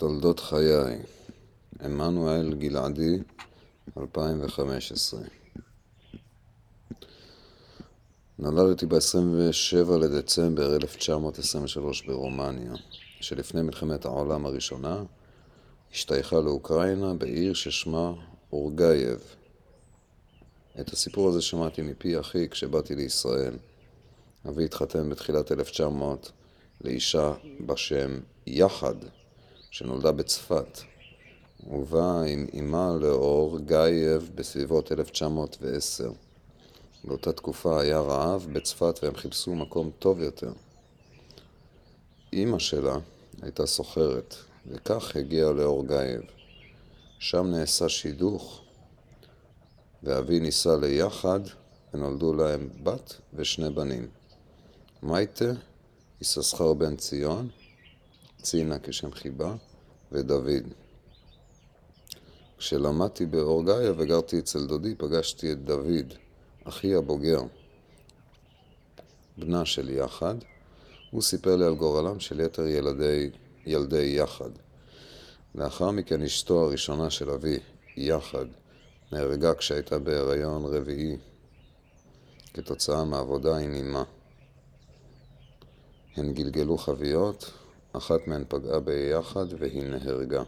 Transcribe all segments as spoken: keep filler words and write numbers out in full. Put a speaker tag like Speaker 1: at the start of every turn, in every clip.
Speaker 1: תולדות חיי, עמנואל גלעדי, אלפיים וחמש עשרה. נולדתי ב-עשרים ושבעה לדצמבר אלף תשע מאות עשרים ושלוש ברומניה, שלפני מלחמת העולם הראשונה השתייכה לאוקראינה בעיר ששמה אורגייב. את הסיפור הזה שמעתי מפי אחי כשבאתי לישראל. אבי התחתן בתחילת אלף תשע מאות לאישה בשם יחד, שנולדה בצפת. ובא עם אמה לאורגייב בסביבות אלף תשע מאות ועשר. באותה תקופה היה רעב בצפת והם חיפשו מקום טוב יותר. אמא שלה הייתה סוחרת, וכך הגיעה לאורגייב. שם נעשה שידוך, ואבי ניסה ליחד, ונולדו להם בת ושני בנים. מייטה, יששכר בן ציון, צינה כשם חיבה, ודוד. כשלמדתי באורגייב וגרתי אצל דודי, פגשתי את דוד, אחי הבוגר, בנה של יחד. הוא סיפר לי על גורלם של יתר ילדי, ילדי יחד. לאחר מכן אשתו הראשונה של אבי, יחד, נהרגה כשהייתה בהיריון רביעי, כתוצאה מעבודה עם אמה. הן גלגלו חביות, אחת מהן פגעה ביחד והיא נהרגה.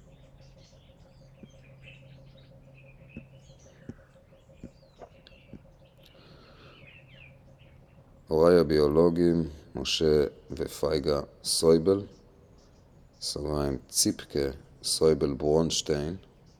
Speaker 1: הוריי הביולוגיים, משה ופייגה סויבל, סוגריים ציפקה סויבל ברונשטיין,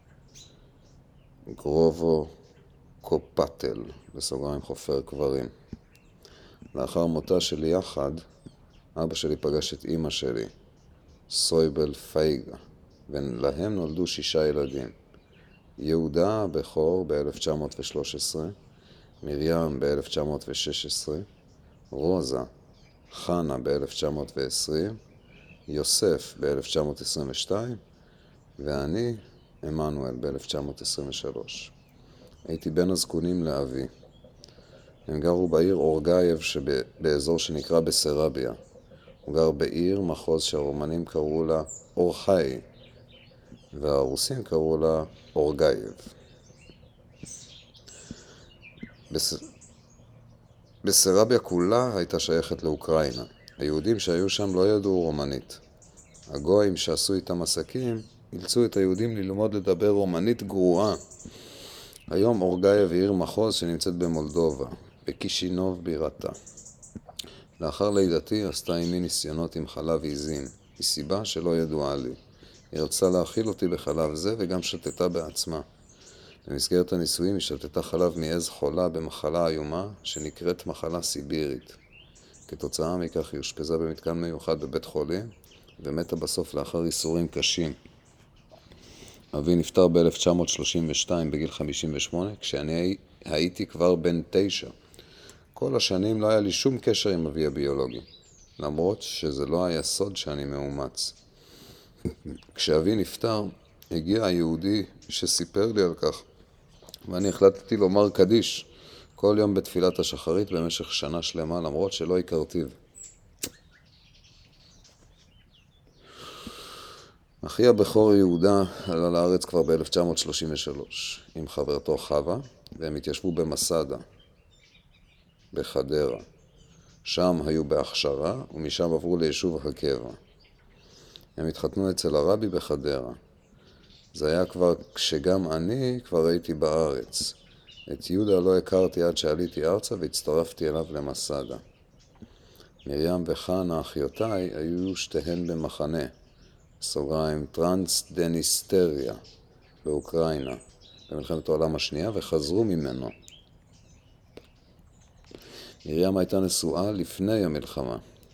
Speaker 1: גרובו קופטל, בסוגריים חופר קברים. לאחר מותה של יחד, אבא שלי פגש את אמא שלי, סויבל פייגה, ולהם נולדו שישה ילדים. יהודה הבכור ב-אלף תשע מאות ושלוש עשרה, מרים ב-אלף תשע מאות ושש עשרה, רוזה, חנה ב-אלף תשע מאות ועשרים, יוסף ב-אלף תשע מאות עשרים ושתיים, ואני, עמנואל, ב-אלף תשע מאות עשרים ושלוש. הייתי בן הזקונים לאבי. הם גרו בעיר אורגייב שבאזור שנקרא בסרביה. הוא גר בעיר מחוז שהרומנים קראו לה אורחאי, והרוסים קראו לה אורגייב. בס... בסרביה כולה הייתה שייכת לאוקראינה. היהודים שהיו שם לא ידעו רומנית. הגויים שעשו איתם עסקים אילצו את היהודים ללמוד לדבר רומנית גרועה. היום אורגייב היא עיר מחוז שנמצאת במולדובה, בקישינוב בירתה. לאחר לידתי עשתה עימי ניסיונות עם חלב עיזים, מסיבה שלא ידועה לי. היא רצתה להאכיל אותי בחלב זה וגם שתתה בעצמה. במסגרת הניסויים היא שתתה חלב מעז חולה במחלה איומה שנקראת מחלה סיבירית. כתוצאה מכך היא אושפזה במתקן מיוחד בבית חולים ומתה בסוף לאחר ייסורים קשים. אבי נפטר ב-אלף תשע מאות שלושים ושתיים בגיל חמישים ושמונה, כשאני הייתי כבר בן תשע. כל השנים לא היה לי שום קשר עם אבי הביולוגי, למרות שזה לא היה סוד שאני מאומץ. כשאבי נפטר, הגיע היהודי שסיפר לי על כך, ואני החלטתי לומר קדיש כל יום בתפילת השחרית במשך שנה שלמה, למרות שלא הכרתיו. אחי הבכור יהודה עלה לארץ כבר ב-אלף תשע מאות שלושים ושלוש עם חברתו חווה, והם התיישבו במסדה, בחדרה. שם היו בהכשרה, ומשם עברו ליישוב הקבע. הם התחתנו אצל הרבי בחדרה. זה היה כבר כשגם אני כבר הייתי בארץ. את יהודה לא הכרתי עד שעליתי ארצה והצטרפתי אליו למסדה. מרים וחנה, אחיותיי, היו שתיהן במחנה, סוגריים טרנסדניסטריה, באוקראינה, במלחמת העולם השנייה, וחזרו ממנו. מרים הייתה נשואה לפני המלחמה.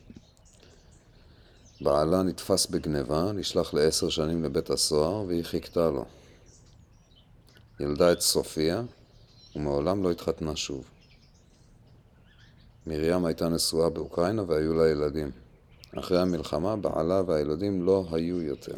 Speaker 1: בעלה נתפס בגניבה, נשלח לעשר שנים לבית הסוהר, והיא חיכתה לו. ילדה את סופיה, ומעולם לא התחתנה שוב. מרים הייתה נשואה באוקראינה והיו לה ילדים. אחרי המלחמה, בעלה והילדים לא היו יותר.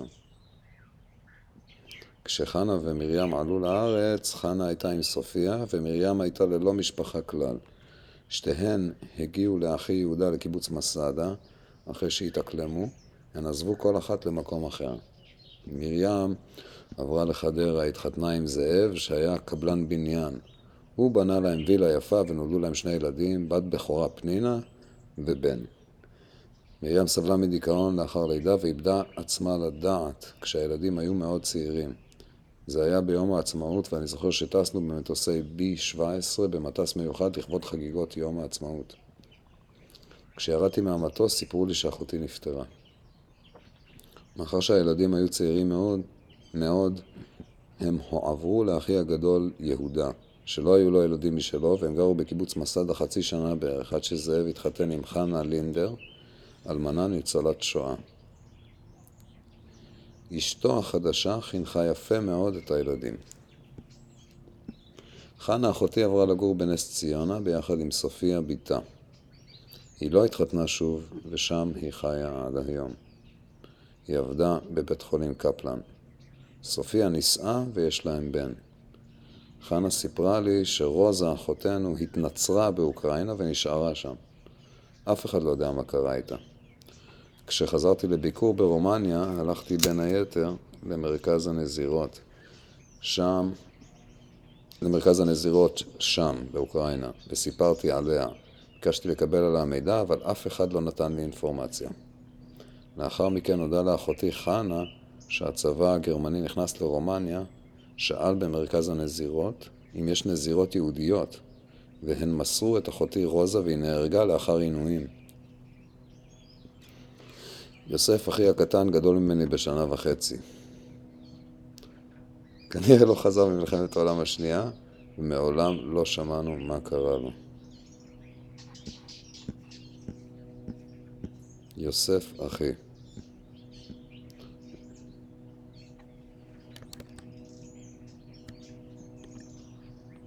Speaker 1: כשחנה ומרים עלו לארץ, חנה הייתה עם סופיה, ומרים הייתה ללא משפחה כלל. שתיהן הגיעו לאחי יהודה לקיבוץ מסדה, אחרי שהתאקלמו, הן עזבו כל אחת למקום אחר. מרים עברה לחדרה, התחתנה עם זאב שהיה קבלן בניין. הוא בנה להם וילה יפה ונולדו להם שני ילדים, בת בכורה פנינה ובן. מרים סבלה מדיכאון לאחר לידה ואיבדה עצמה לדעת כשהילדים היו מאוד צעירים. זה היה ביום העצמאות, ואני זוכר שטסנו במטוסי בי שבע עשרה במטוס מיוחד לכבוד חגיגות יום העצמאות. כשירדתי מהמטוס סיפרו לי שאחותי נפטרה. מאחר שהילדים היו צעירים מאוד, מאוד, הם הועברו לאחי הגדול יהודה, שלא היו לו ילדים משלו, והם גרו בקיבוץ מסדה חצי שנה בערך, עד שזאב התחתן עם חנה לינדר, אלמנה ניצולת שואה. אשתו החדשה חינכה יפה מאוד את הילדים. חנה אחותי עברה לגור בנס ציונה ביחד עם סופיה ביתה. היא לא התחתנה שוב, ושם היא חיה עד היום. היא עבדה בבית חולים קפלן. סופיה נישאה ויש להם בן. חנה סיפרה לי שרוזה אחותנו התנצרה באוקראינה ונשארה שם. אף אחד לא יודע מה קרה איתה. כשחזרתי לביקור ברומניה, הלכתי בין היתר למרכז הנזירות. שם, למרכז הנזירות שם, באוקראינה, וסיפרתי עליה. ביקשתי לקבל עליה מידע, אבל אף אחד לא נתן לי אינפורמציה. לאחר מכן נודע לאחותי חנה שהצבא הגרמני נכנס לרומניה, שאל במרכז הנזירות אם יש נזירות יהודיות, והן מסרו את אחותי רוזה והיא נהרגה לאחר עינויים. יוסף, אחי הקטן, גדול ממני בשנה וחצי. כנראה לא חזר ממלחמת העולם השנייה, ומעולם לא שמענו מה קרה לו. יוסף, אחי.